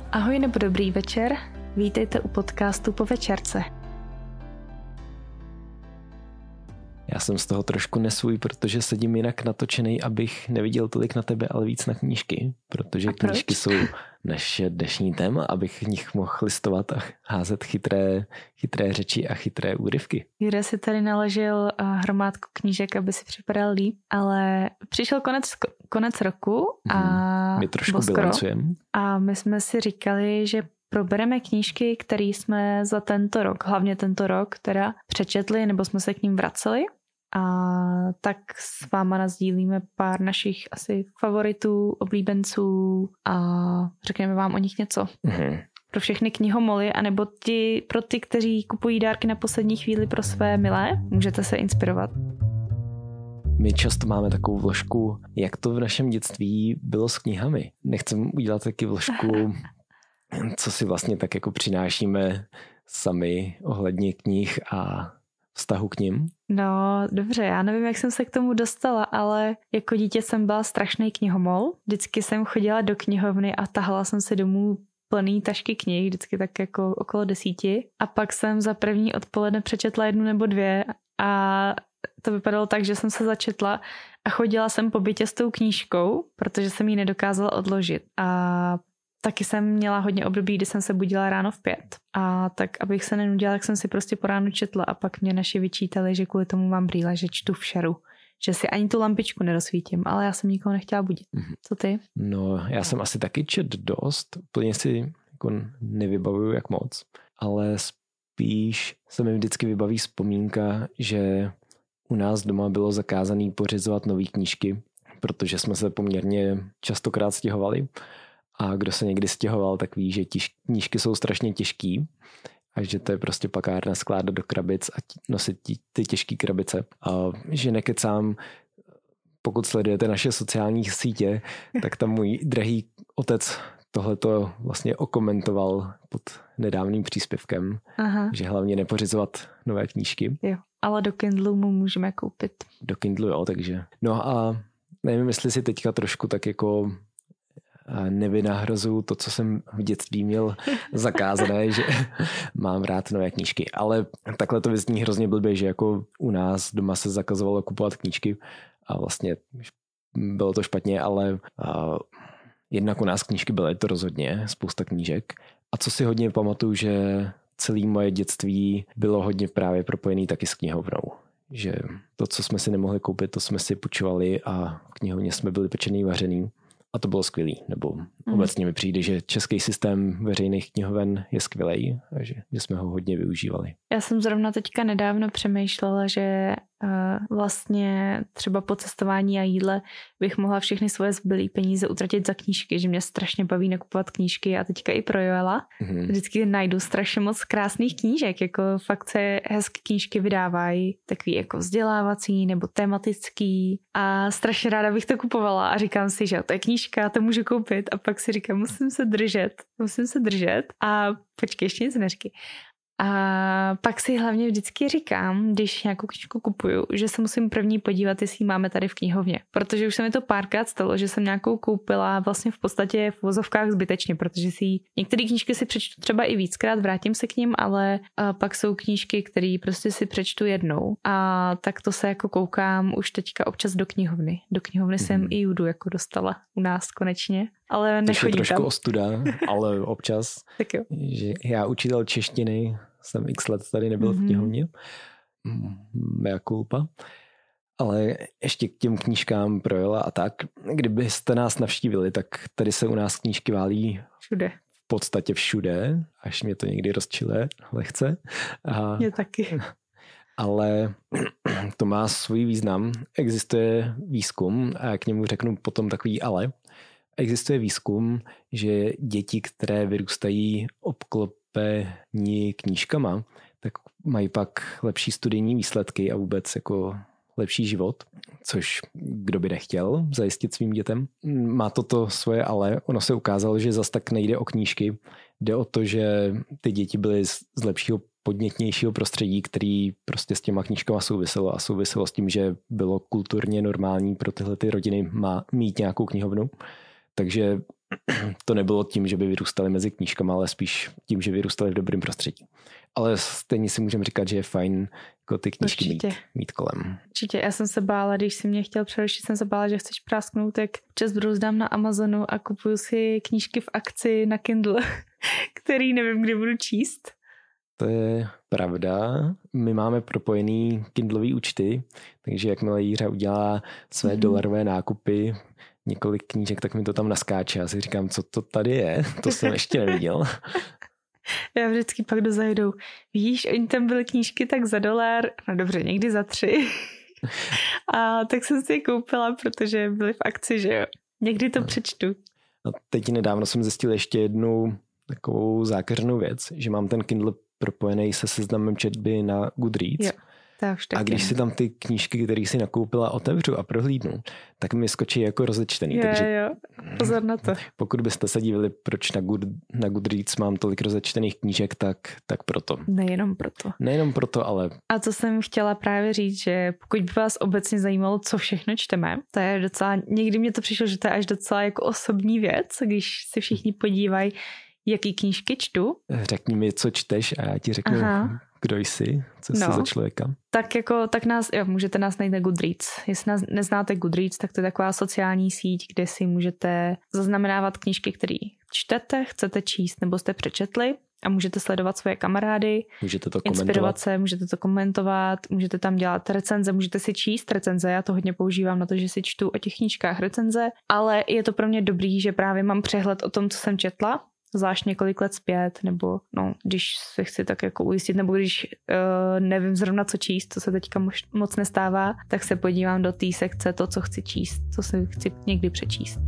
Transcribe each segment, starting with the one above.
Ahoj nebo dobrý večer, vítejte u podcastu Po večerce. Já jsem z toho trošku nesvůj, protože sedím jinak natočenej, abych neviděl tolik na tebe, ale víc na knížky, protože knížky jsou naše dnešní téma, abych v nich mohl listovat a házet chytré řeči a chytré úryvky. Jure si tady naložil hromádku knížek, aby si připadal líp, ale přišel konec roku a my trošku bilancujeme. A my jsme si říkali, že probereme knížky, které jsme za tento rok, hlavně tento rok, teda přečetli nebo jsme se k ním vraceli. A tak s váma nasdílíme pár našich asi favoritů, oblíbenců a řekneme vám o nich něco. Pro všechny knihomoly, anebo pro ty, kteří kupují dárky na poslední chvíli pro své milé, můžete se inspirovat. My často máme takovou vložku, jak to v našem dětství bylo s knihami. Nechcem udělat taky vložku, co si vlastně tak jako přinášíme sami ohledně knih a vztahu k nim? No, dobře, já nevím, jak jsem se k tomu dostala, ale jako dítě jsem byla strašný knihomol. Vždycky jsem chodila do knihovny a tahala jsem si domů plný tašky knih, vždycky tak jako okolo 10. A pak jsem za první odpoledne přečetla 1 nebo 2 a to vypadalo tak, že jsem se začetla a chodila jsem po bytě s tou knížkou, protože jsem ji nedokázala odložit. A taky jsem měla hodně období, kdy jsem se budila ráno v 5. A tak, abych se nenudila, tak jsem si prostě po ránu četla a pak mě naši vyčítali, že kvůli tomu mám brýle, že čtu v šeru. Že si ani tu lampičku nerozsvítím, ale já jsem nikoho nechtěla budit. Co ty? No, já jsem asi taky čet dost, úplně si jako nevybavuju jak moc, ale spíš se mi vždycky vybaví vzpomínka, že u nás doma bylo zakázané pořizovat nové knížky, protože jsme se poměrně častokrát stěhovali. A kdo se někdy stěhoval, tak ví, že knížky jsou strašně těžký a že to je prostě pakárna skládat do krabic a nosit ty těžké krabice. A že nekecám, pokud sledujete naše sociální sítě, tak tam můj drahý otec tohleto vlastně okomentoval pod nedávným příspěvkem, že hlavně nepořizovat nové knížky. Jo, ale do Kindlu mu můžeme koupit. Do Kindlu jo, takže. No a nevím, jestli si teďka trošku tak jako nevynahrazuju to, co jsem v dětství měl zakázané, že mám rád nové knížky. Ale takhle to vyzní hrozně blbě, že jako u nás doma se zakazovalo kupovat knížky a vlastně bylo to špatně, ale jednak u nás knížky byly to rozhodně, spousta knížek. A co si hodně pamatuju, že celé moje dětství bylo hodně právě propojené taky s knihovnou. Že to, co jsme si nemohli koupit, to jsme si půjčovali a v knihovně jsme byli pečený, vařený. A to bylo skvělý, nebo obecně mi přijde, že český systém veřejných knihoven je skvělej a že jsme ho hodně využívali. Já jsem zrovna teďka nedávno přemýšlela, že vlastně třeba po cestování a jídle bych mohla všechny svoje zbylé peníze utratit za knížky, že mě strašně baví nakupovat knížky a teďka i pro Joela. Vždycky najdu strašně moc krásných knížek, jako fakt se hezky knížky vydávají, takový jako vzdělávací nebo tematický a strašně ráda bych to kupovala a říkám si, že to je knížka, to můžu koupit a pak si říkám, musím se držet a počkej, ještě nic neříkej. A pak si hlavně vždycky říkám, když nějakou knížku kupuju, že se musím první podívat, jestli ji máme tady v knihovně. Protože už se mi to párkrát stalo, že jsem nějakou koupila vlastně v podstatě v vozovkách zbytečně, protože některé knížky si přečtu třeba i víckrát, vrátím se k nim, ale pak jsou knížky, které prostě si přečtu jednou. A tak to se jako koukám už teďka občas do knihovny. Do knihovny jsem i Judu jako dostala u nás konečně. Ale nechodím tam. To je trošku ostuda, ale občas. Tak jo. Že já učitel češtiny jsem x let tady nebyl v knihovně. Mea culpa. Ale ještě k těm knížkám pro Joela a tak. Kdybyste nás navštívili, tak tady se u nás knížky válí všude. V podstatě všude, až mě to někdy rozčile lehce. Mě taky. Ale to má svůj význam. Existuje výzkum a já k němu řeknu potom takový ale. Existuje výzkum, že děti, které vyrůstají obklopení knížkama, tak mají pak lepší studijní výsledky a vůbec jako lepší život, což kdo by nechtěl zajistit svým dětem. Má to svoje ale. Ono se ukázalo, že zas tak nejde o knížky. Jde o to, že ty děti byly z lepšího podnětnějšího prostředí, který prostě s těma knížkama souviselo a souviselo s tím, že bylo kulturně normální pro tyhle ty rodiny mít nějakou knihovnu. Takže to nebylo tím, že by vyrůstali mezi knížkama, ale spíš tím, že vyrůstali v dobrém prostředí. Ale stejně si můžeme říkat, že je fajn jako ty knížky mít kolem. Určitě, já jsem se bála, když si mě chtěl přerušit, jsem se bála, že chceš prásknout, jak čas brouzdám na Amazonu a kupuju si knížky v akci na Kindle, který nevím, kdy budu číst. To je pravda. My máme propojený Kindlový účty, takže jakmile Jíra udělá své dolarové nákupy, několik knížek, tak mi to tam naskáče. Já si říkám, co to tady je? To jsem ještě neviděl. Já vždycky pak dozajdou. Víš, oni tam byly knížky tak za $1, no dobře, někdy za 3. A tak jsem si je koupila, protože byly v akci, že jo. Někdy to přečtu. A teď nedávno jsem zjistil ještě jednu takovou zákeřnou věc, že mám ten Kindle propojený se seznamem četby na Goodreads. Jo. A když si tam ty knížky, které si nakoupila, otevřu a prohlídnu, tak mi skočí jako rozečtený. Jo, pozor na to. Pokud byste se divili, proč na Goodreads mám tolik rozečtených knížek, tak proto. Nejenom proto, ale... A co jsem chtěla právě říct, že pokud by vás obecně zajímalo, co všechno čteme, to je docela, někdy mě to přišlo, že to je až docela jako osobní věc, když si všichni podívají, jaký knížky čtu. Řekni mi, co čteš a já ti řeknu, kdo jsi, co jsi za člověka. Tak můžete nás najít na Goodreads. Jestli nás neznáte Goodreads, tak to je taková sociální síť, kde si můžete zaznamenávat knížky, které čtete, chcete číst nebo jste přečetli a můžete sledovat svoje kamarády, můžete to inspirovat se, můžete to komentovat, můžete tam dělat recenze, můžete si číst recenze, já to hodně používám na to, že si čtu o těch knížkách recenze, ale je to pro mě dobrý, že právě mám přehled o tom, co jsem četla, zvlášť několik let zpět, nebo když se chci tak jako ujistit, nebo když nevím zrovna co číst, to se teďka moc nestává, tak se podívám do té sekce to, co chci číst, co si chci někdy přečíst.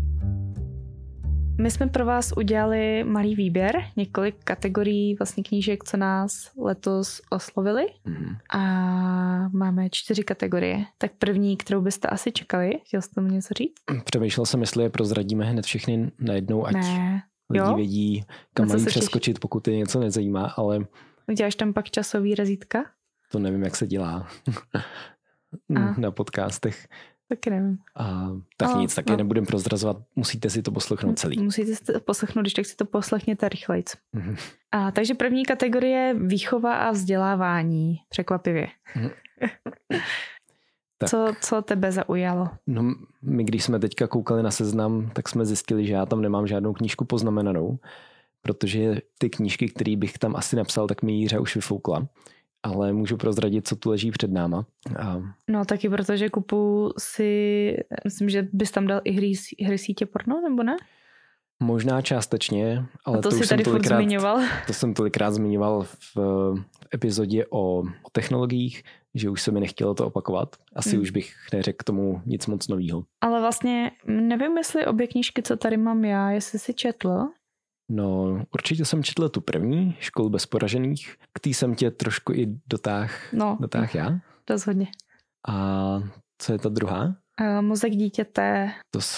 My jsme pro vás udělali malý výběr, několik kategorií vlastně knížek, co nás letos oslovili a máme 4 kategorie. Tak první, kterou byste asi čekali, chtěl jste tomu něco říct? Přemýšlel jsem, jestli je prozradíme hned všechny najednou, ať lidi vědí, kam mají přeskočit, pokud je něco nezajímá, ale... Uděláš tam pak časový razítka? To nevím, jak se dělá na podcastech. Taky nevím. Nic, taky nebudem prozrazovat, musíte si to poslechnout celý. Musíte si to poslechnout, když tak si to poslechněte rychlejc. Takže první kategorie výchova a vzdělávání, překvapivě. Co tebe zaujalo? No, my když jsme teďka koukali na seznam, tak jsme zjistili, že já tam nemám žádnou knížku poznamenanou, protože ty knížky, které bych tam asi napsal, tak mi Jíře už vyfoukla. Ale můžu prozradit, co tu leží před náma. No taky, protože kupu si, myslím, že bys tam dal i hry sítě porno, nebo ne? Možná částečně, ale to si tady furt zmiňoval. To jsem tolikrát zmiňoval v epizodě o technologiích, že už se mi nechtělo to opakovat. Asi už bych neřekl k tomu nic moc novýho. Ale vlastně nevím, jestli obě knížky, co tady mám já, jestli si četl. No, určitě jsem četl tu první, Školu bez poražených. K tý jsem tě trošku i dotáh já. Rozhodně. A co je ta druhá? Mozek dítěte.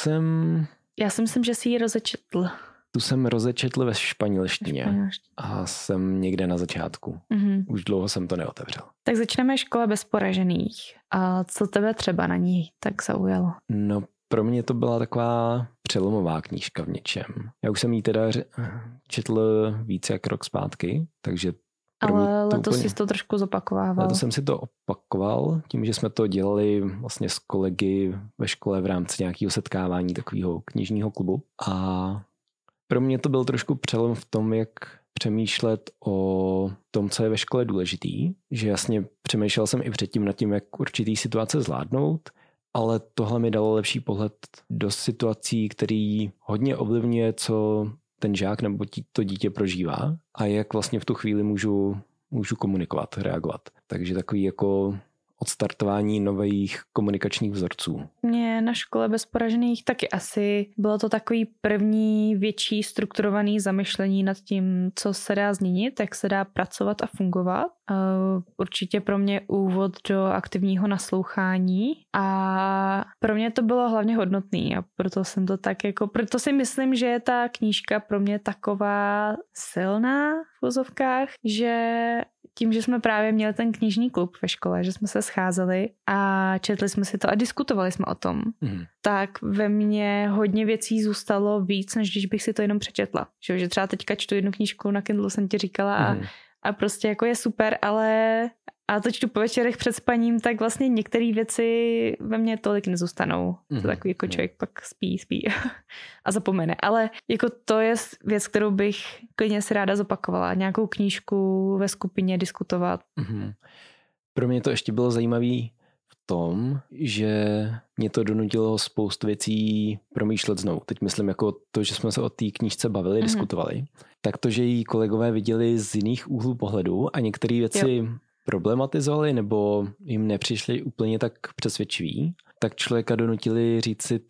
Já si myslím, že jsi ji rozečetl. Tu jsem rozečetl ve španělštině. A jsem někde na začátku. Už dlouho jsem to neotevřel. Tak začneme Škola bez poražených. A co tebe třeba na ní tak zaujalo? No, pro mě to byla taková přelomová knížka v něčem. Já už jsem ji teda četl víc jak rok zpátky, takže... Ale letos jsi to trošku zopakovával. Letos jsem si to opakoval, tím, že jsme to dělali vlastně s kolegy ve škole v rámci nějakého setkávání takového knižního klubu. A pro mě to byl trošku přelom v tom, jak přemýšlet o tom, co je ve škole důležitý. Že jasně přemýšlel jsem i předtím nad tím, jak určitý situace zvládnout, ale tohle mi dalo lepší pohled do situací, který hodně ovlivňuje, co ten žák nebo to dítě prožívá a jak vlastně v tu chvíli můžu komunikovat, reagovat. Takže takový jako odstartování nových komunikačních vzorců. Mně na Škole bez poražených taky asi bylo to takový první větší strukturovaný zamyšlení nad tím, co se dá změnit, jak se dá pracovat a fungovat. Určitě pro mě úvod do aktivního naslouchání a pro mě to bylo hlavně hodnotný a proto jsem to tak proto si myslím, že je ta knížka pro mě taková silná v uvozovkách, že tím, že jsme právě měli ten knižní klub ve škole, že jsme se scházeli a četli jsme si to a diskutovali jsme o tom, tak ve mně hodně věcí zůstalo víc, než když bych si to jenom přečetla. Že třeba teďka čtu jednu knížku na Kindlu, jsem ti říkala a prostě jako je super, ale a to čtu po večerech před spaním, tak vlastně některé věci ve mně tolik nezůstanou. To takový jako člověk pak spí a zapomene. Ale jako to je věc, kterou bych klidně si ráda zopakovala. Nějakou knížku ve skupině diskutovat. Pro mě to ještě bylo zajímavé v tom, že mě to donutilo spoustu věcí promýšlet znovu. Teď myslím jako to, že jsme se o té knížce bavili, diskutovali. Tak to, že jí kolegové viděli z jiných úhlů pohledu a některé věci problematizovali nebo jim nepřišli úplně tak přesvědčivý, tak člověka donutili říct si,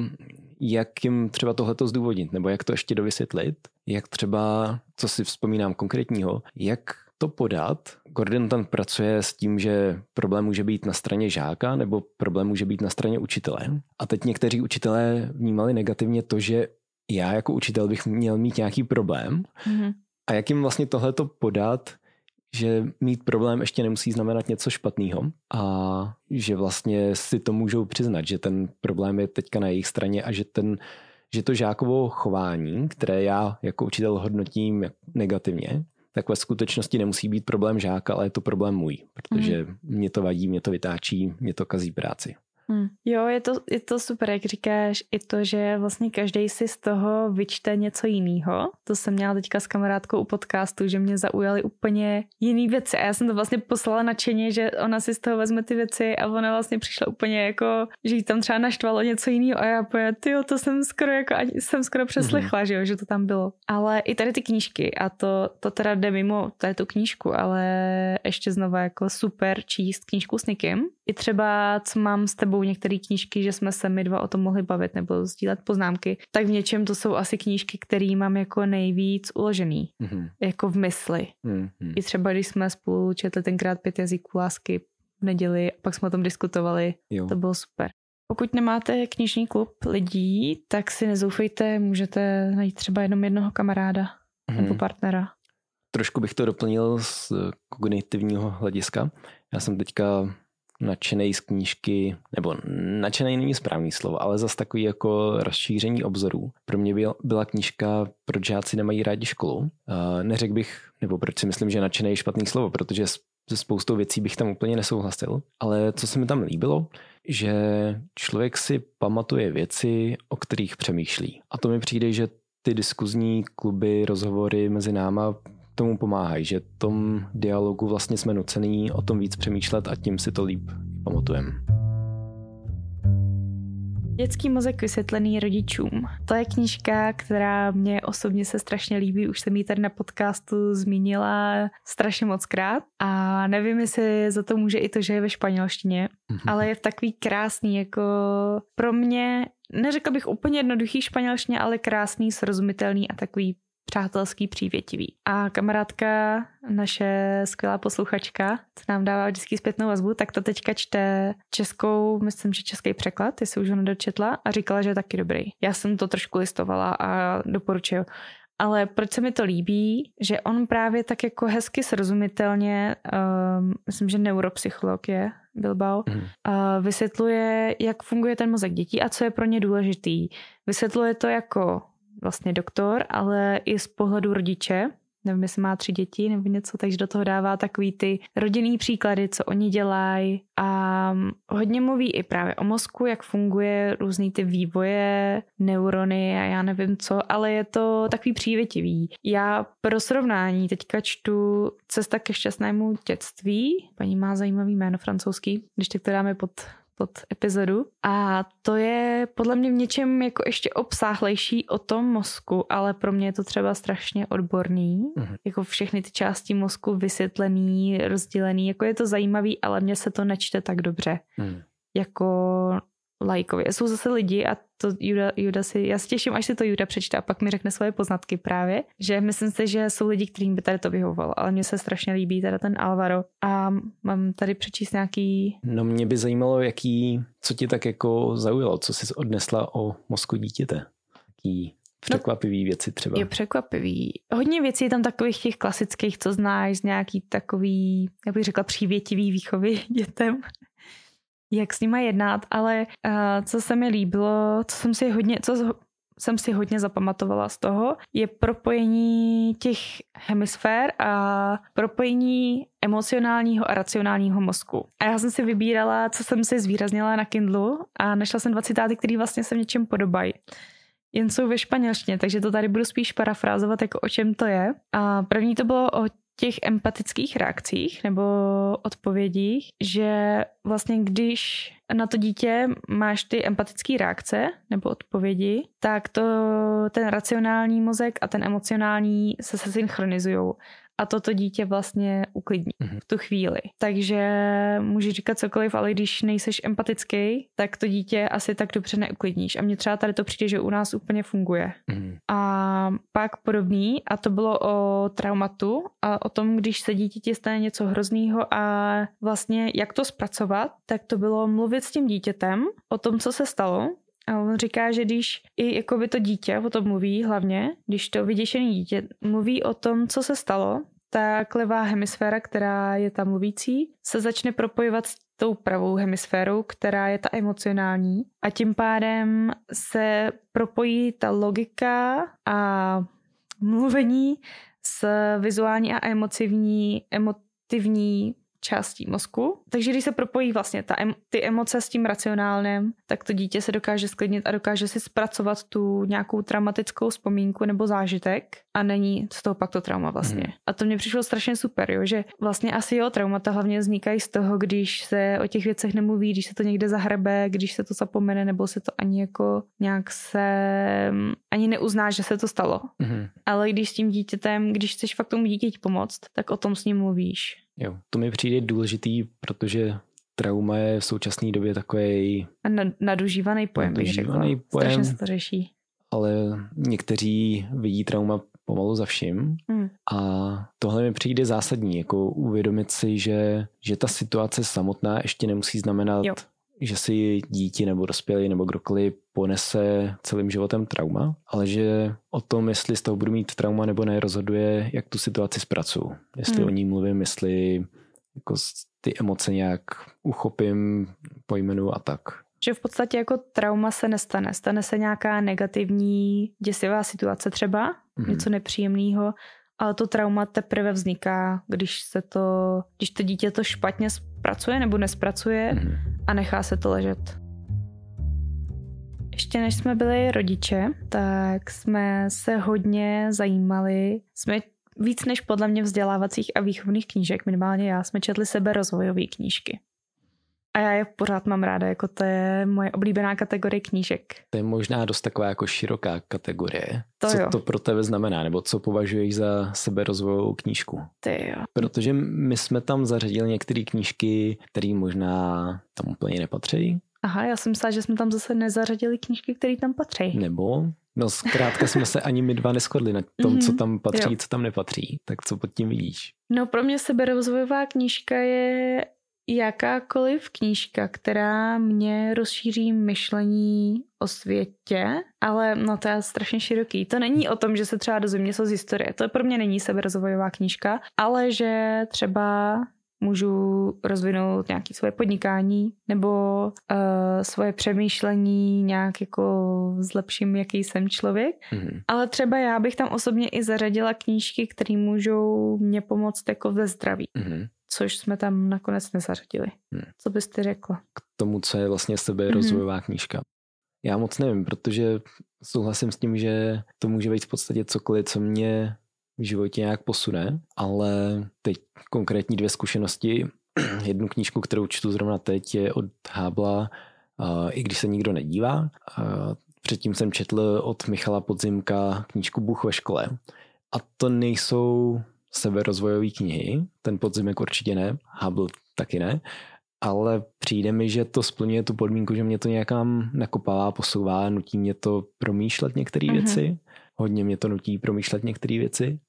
jak jim třeba tohleto zdůvodnit, nebo jak to ještě dovysvětlit, jak třeba, co si vzpomínám konkrétního, jak to podat. Gordon tam pracuje s tím, že problém může být na straně žáka nebo problém může být na straně učitele. A teď někteří učitelé vnímali negativně to, že já jako učitel bych měl mít nějaký problém a jak jim vlastně tohleto podat, že mít problém ještě nemusí znamenat něco špatného a že vlastně si to můžou přiznat, že ten problém je teďka na jejich straně a že to žákovo chování, které já jako učitel hodnotím negativně, tak ve skutečnosti nemusí být problém žáka, ale je to problém můj, protože mě to vadí, mě to vytáčí, mě to kazí práci. Jo, je to super, jak říkáš, i to, že vlastně každej si z toho vyčte něco jiného. To jsem měla teďka s kamarádkou u podcastu, že mě zaujaly úplně jiný věci a já jsem to vlastně poslala nadšeně, že ona si z toho vezme ty věci a ona vlastně přišla úplně jako, že jí tam třeba naštvalo něco jiného a já povedala, to jsem skoro přeslechla, že to tam bylo. Ale i tady ty knížky a to teda jde mimo tady tu knížku, ale ještě znova jako super číst knížku s někým. I třeba, co mám s tebou některé knížky, že jsme se my dva o tom mohli bavit nebo sdílet poznámky, tak v něčem to jsou asi knížky, které mám jako nejvíc uložený. Jako v mysli. I třeba, když jsme spolu četli tenkrát 5 jazyků lásky v neděli, pak jsme o tom diskutovali, to bylo super. Pokud nemáte knižní klub lidí, tak si nezoufejte, můžete najít třeba jenom jednoho kamaráda nebo partnera. Trošku bych to doplnil z kognitivního hlediska. Já jsem teďka nadšenej z knížky, nebo nadšenej není správný slovo, ale zase takový jako rozšíření obzorů. Pro mě byla knížka Proč žáci nemají rádi školu. Neřekl bych, nebo proč si myslím, že nadšenej je špatný slovo, protože se spoustou věcí bych tam úplně nesouhlasil. Ale co se mi tam líbilo, že člověk si pamatuje věci, o kterých přemýšlí. A to mi přijde, že ty diskuzní kluby, rozhovory mezi náma tomu pomáhají, že v tom dialogu vlastně jsme nucený o tom víc přemýšlet a tím si to líp pamatujeme. Dětský mozek vysvětlený rodičům. To je knížka, která mě osobně se strašně líbí. Už jsem ji tady na podcastu zmínila strašně mockrát a nevím, jestli za to může i to, že je ve španělštině, ale je v takový krásný, jako pro mě, neřekla bych úplně jednoduchý španělštině, ale krásný, srozumitelný a takový přátelský, přívětivý. A kamarádka, naše skvělá posluchačka, co nám dává vždycky zpětnou vazbu, tak to teďka čte českou, myslím, že český překlad, jestli už ho nedočetla, a říkala, že je taky dobrý. Já jsem to trošku listovala a doporučuju. Ale proč se mi to líbí, že on právě tak jako hezky srozumitelně, myslím, že neuropsycholog je Bilbao, vysvětluje, jak funguje ten mozek dětí a co je pro ně důležitý. Vysvětluje to jako vlastně doktor, ale i z pohledu rodiče, nevím, jestli má 3 děti nebo něco, takže do toho dává takový ty rodinný příklady, co oni dělají a hodně mluví i právě o mozku, jak funguje různý ty vývoje, neurony a já nevím co, ale je to takový přívětivý. Já pro srovnání teďka čtu Cesta ke šťastnému dětství, paní má zajímavý jméno francouzský, když tak to dáme pod epizodu. A to je podle mě v něčem jako ještě obsáhlejší o tom mozku, ale pro mě je to třeba strašně odborný. Jako všechny ty části mozku vysvětlený, rozdělený. Jako je to zajímavý, ale mně se to nečte tak dobře. Jako lajkově. Jsou zase lidi a to Juda já si těším, až si to Juda přečte a pak mi řekne svoje poznatky právě, že myslím si, že jsou lidi, kterým by tady to vyhovovalo, ale mně se strašně líbí teda ten Alvaro a mám tady přečíst nějaký... No mě by zajímalo, co ti tak jako zaujalo, co jsi odnesla o mozku dítěte. Jaký Překvapivý věci třeba. Je překvapivý. Hodně věcí je tam takových těch klasických, co znáš z nějaký takový, jak bych řekla, přívětivý výchovy dětem. Jak s nima jednat, ale co se mi líbilo, co jsem si hodně zapamatovala z toho, je propojení těch hemisfér a propojení emocionálního a racionálního mozku. A já jsem si vybírala, co jsem si zvýraznila na Kindlu a našla jsem 2 citáty, které vlastně se v něčem podobají. Jen jsou ve španělštině, takže to tady budu spíš parafrázovat, jako o čem to je. A první to bylo o těch empatických reakcích nebo odpovědích, že vlastně když na to dítě máš ty empatické reakce nebo odpovědi, tak ten racionální mozek a ten emocionální se synchronizujou. A toto dítě vlastně uklidní v tu chvíli. Takže můžeš říkat cokoliv, ale když nejseš empatický, tak to dítě asi tak dobře neuklidníš. A mně třeba tady to přijde, že u nás úplně funguje. A pak podobný, a to bylo o traumatu a o tom, když se dítěti stane něco hroznýho a vlastně jak to zpracovat, tak to bylo mluvit s tím dítětem o tom, co se stalo. A on říká, že když i jakoby to dítě o tom mluví hlavně, když to vyděšené dítě mluví o tom, co se stalo, tak levá hemisféra, která je ta mluvící, se začne propojovat s tou pravou hemisférou, která je ta emocionální. A tím pádem se propojí ta logika a mluvení s vizuální a emotivní částí mozku. Takže když se propojí vlastně ty emoce s tím racionálním, tak to dítě se dokáže sklidnit a dokáže si zpracovat tu nějakou traumatickou vzpomínku nebo zážitek a není z toho pak to trauma vlastně. A to mně přišlo strašně super, jo, že vlastně asi traumata hlavně vznikají z toho, když se o těch věcech nemluví, když se to někde zahrebe, když se to zapomene, nebo se to ani jako nějak ani neuzná, že se to stalo. Ale když s tím dítětem, když chceš fakt tomu dítěti pomoct, tak o tom s ním mluvíš. Jo, to mi přijde důležitý, protože trauma je v současné době takový nadužívaný pojem, bych řekla. Strašně se to řeší. Ale někteří vidí trauma pomalu za vším a tohle mi přijde zásadní, jako uvědomit si, že ta situace samotná ještě nemusí znamenat, že si dítě nebo dospělý nebo kdokoliv ponese celým životem trauma, ale že o tom, jestli z toho budu mít trauma nebo ne, rozhoduje, jak tu situaci zpracuju. Jestli o ní mluvím, jestli jako ty emoce nějak uchopím, pojmenuju a tak. Že v podstatě jako trauma se nestane. Stane se nějaká negativní, děsivá situace třeba, něco nepříjemného, ale to trauma teprve vzniká, když to dítě to špatně zpracuje nebo nespracuje a nechá se to ležet. Ještě než jsme byli rodiče, tak jsme se hodně zajímali, jsme víc než podle mě vzdělávacích a výchovných knížek, minimálně já, jsme četli seberozvojové knížky. A já je pořád mám ráda, jako to je moje oblíbená kategorie knížek. To je možná dost taková jako široká kategorie. Co to pro tebe znamená, nebo co považuješ za seberozvojovou knížku? Ty jo. Protože my jsme tam zařadili některé knížky, které možná tam úplně nepatří. Aha, já jsem myslela, že jsme tam zase nezařadili knížky, které tam patří. Nebo? No zkrátka jsme se ani my dva neshodli na tom, co tam patří, co tam nepatří. Tak co pod tím vidíš? No pro mě seberozvojová knížka je jakákoliv knížka, která mě rozšíří myšlení o světě, ale no to je strašně široký. To není o tom, že se třeba dozvím něco z historie. To pro mě není seberozvojová knížka, ale že třeba můžu rozvinout nějaké svoje podnikání nebo svoje přemýšlení, nějak jako zlepším, jaký jsem člověk. Ale třeba já bych tam osobně i zařadila knížky, které můžou mě pomoct jako ve zdraví. Což jsme tam nakonec nezařadili. Co bys ty řekla? K tomu, co je vlastně seberozvojová knížka. Já moc nevím, protože souhlasím s tím, že to může být v podstatě cokoliv, co mě v životě nějak posune, ale teď konkrétní 2 zkušenosti. Jednu knížku, kterou čtu zrovna teď, je od Hábla, i když se nikdo nedívá. Předtím jsem četl od Michala Podzimka knížku Bůh ve škole. A to nejsou seberozvojové knihy, ten Podzimek určitě ne, Hábl taky ne, ale přijde mi, že to splňuje tu podmínku, že mě to nějakam nakopává, posouvá, nutí mě to promýšlet některé věci, hodně mě to nutí promýšlet některé věci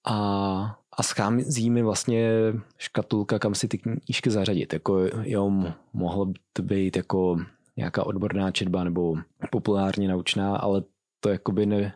a schází mi vlastně škatulka, kam si ty knížky zařadit, jako mohlo to být jako nějaká odborná četba nebo populárně naučná, ale to jakoby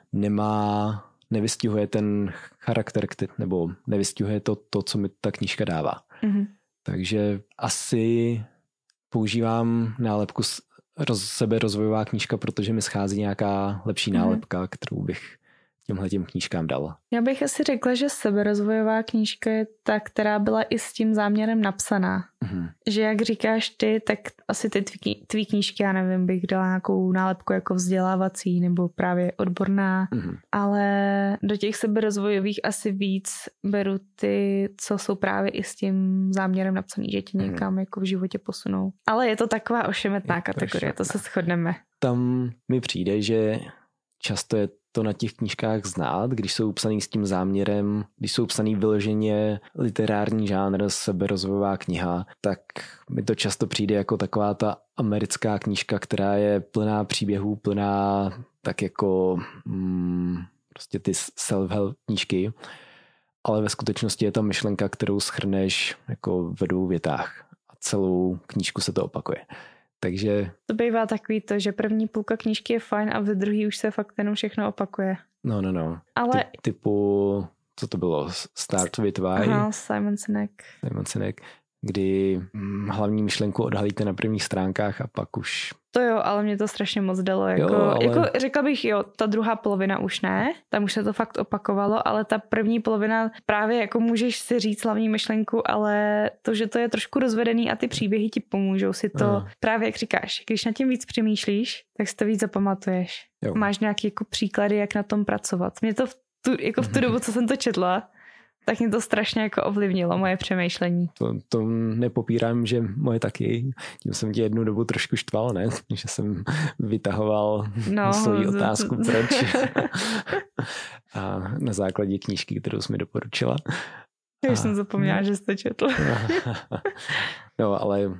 nevystihuje ten charakter, nebo nevystihuje to, co mi ta knížka dává. Mm-hmm. Takže asi používám nálepku seberozvojová knížka, protože mi schází nějaká lepší nálepka, kterou bych těmhletím knížkám dal. Já bych asi řekla, že seberozvojová knížka je ta, která byla i s tím záměrem napsaná. Mm-hmm. Že jak říkáš ty, tak asi ty tvý knížky, já nevím, bych dala nějakou nálepku jako vzdělávací nebo právě odborná, ale do těch seberozvojových asi víc beru ty, co jsou právě i s tím záměrem napsaný, že tě někam jako v životě posunou. Ale je to taková ošemetná kategorie, to se shodneme. Tam mi přijde, že často je to na těch knížkách znát, když jsou psaný s tím záměrem, když jsou psaný vyloženě literární žánr, seberozvojová kniha, tak mi to často přijde jako taková ta americká knížka, která je plná příběhů, plná tak jako prostě ty self-help knížky, ale ve skutečnosti je ta myšlenka, kterou shrneš jako ve 2 větách a celou knížku se to opakuje. Takže to bývá takový to, že první půlka knížky je fajn a ve druhý už se fakt jenom všechno opakuje. No. Ale typu, co to bylo? Start with Why? Aha, Simon Sinek. Kdy hlavní myšlenku odhalíte na prvních stránkách a pak už... To jo, ale mě to strašně moc dalo. Jako řekla bych, jo, ta druhá polovina už ne, tam už se to fakt opakovalo, ale ta první polovina právě jako můžeš si říct hlavní myšlenku, ale to, že to je trošku rozvedený a ty příběhy ti pomůžou si to, právě jak říkáš, když nad tím víc přemýšlíš, tak si to víc zapamatuješ. Jo. Máš nějaké jako příklady, jak na tom pracovat. Mě to v tu dobu, co jsem to četla, tak mě to strašně jako ovlivnilo, moje přemýšlení. To nepopírám, že moje taky. Tím jsem tě jednu dobu trošku štval, ne? Že jsem vytahoval svou otázku, proč. A na základě knížky, kterou jsi mi doporučila. Já jsem zapomněla, že jsi to četl. No, ale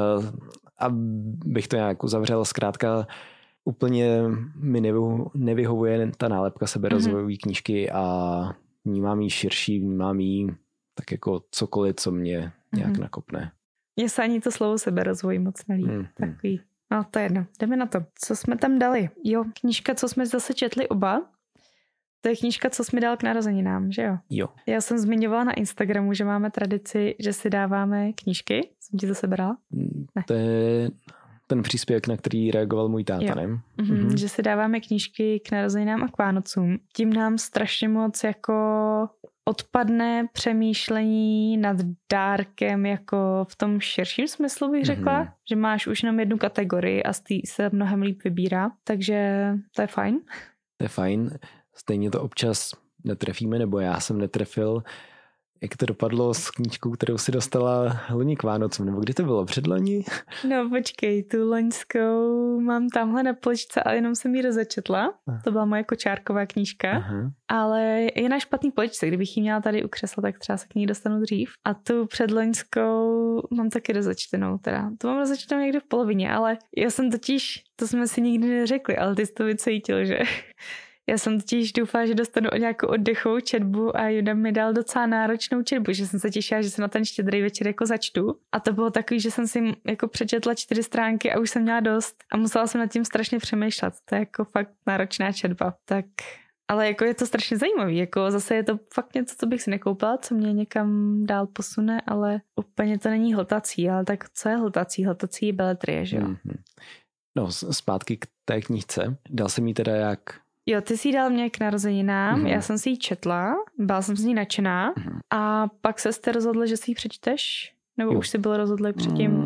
abych to nějak uzavřel, zkrátka úplně mi nevyhovuje ta nálepka seberozvojové knížky a vnímám jí širší, vnímám jí tak jako cokoliv, co mě nějak nakopne. Mně se ani to slovo seberozvoj moc nelíbí. Takový. No to je jedno. Jdeme na to. Co jsme tam dali? Jo, knížka, co jsme zase četli oba. To je knížka, co jsi mi dal k narozeninám, že jo? Jo. Já jsem zmiňovala na Instagramu, že máme tradici, že si dáváme knížky. Jsem ti to sebrala? Ne. To je ten příspěvek, na který reagoval můj táta, ne? Že si dáváme knížky k narozeninám a k Vánocům. Tím nám strašně moc jako odpadne přemýšlení nad dárkem jako v tom širším smyslu bych řekla, že máš už jenom jednu kategorii a z té se mnohem líp vybírá, takže to je fajn. To je fajn, stejně to občas netrefíme, nebo já jsem netrefil. Jak to dopadlo s knížkou, kterou si dostala loni k Vánocům, nebo kdy to bylo? Předloni? No počkej, tu loňskou mám tamhle na poličce, ale jenom jsem ji rozečetla. To byla moje kočárková knížka. Aha. Ale je na špatný poličce, kdybych ji měla tady u křesla, tak třeba se k ní dostanu dřív. A tu předloňskou mám taky rozečtenou teda. To mám rozečtenou někde v polovině, ale já jsem totiž, to jsme si nikdy neřekli, ale ty jsi to vycítil, že... Já jsem totiž doufala, že dostanu nějakou oddechovou četbu a Juda mi dal docela náročnou četbu, že jsem se těšila, že se na ten štědrý večer jako začtu. A to bylo takový, že jsem si jako přečetla 4 stránky a už jsem měla dost a musela jsem nad tím strašně přemýšlet. To je jako fakt náročná četba. Tak, ale jako je to strašně zajímavý. Jako zase je to fakt něco, co bych si nekoupila, co mě někam dál posune, ale úplně to není hltací. Ale tak co je hltací? Hltací je beletrie, že jo? Mm-hmm. No, zpátky k té knížce. Dal jsem jí teda jak... Jo, ty jsi dal mě k narozeninám, já jsem si ji četla, byla jsem z ní nadšená a pak se jste rozhodli, že si ji přečteš? Nebo už jsi byl rozhodlý předtím?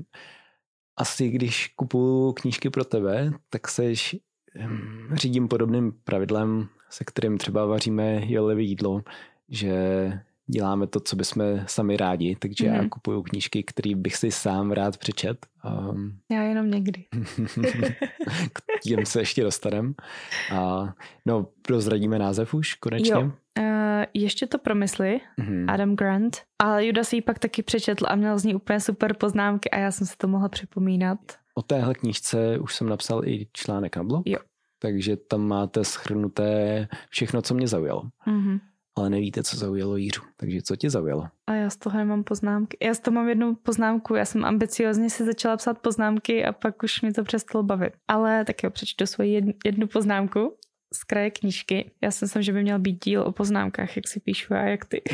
Asi když kupuju knížky pro tebe, tak seš řídím podobným pravidlem, se kterým třeba vaříme jelevé jídlo, že děláme to, co bychom sami rádi, takže já kupuju knížky, které bych si sám rád přečet. Já jenom někdy. K těm se ještě dostanem. No, prozradíme název už konečně. Jo. Ještě to promysli, Adam Grant. Ale Juda si ji pak taky přečetl a měl z ní úplně super poznámky a já jsem si to mohla připomínat. O téhle knížce už jsem napsal i článek na blog, takže tam máte shrnuté všechno, co mě zaujalo. ale nevíte, co zaujalo Jiřu. Takže co tě zaujalo? A já z toho nemám poznámky. Já z toho mám jednu poznámku. Já jsem ambiciozně si začala psát poznámky a pak už mi to přestalo bavit. Ale tak jo, přečtu svoji jednu poznámku z kraje knížky. Já si myslím, že by měl být díl o poznámkách, jak si píšu a jak ty.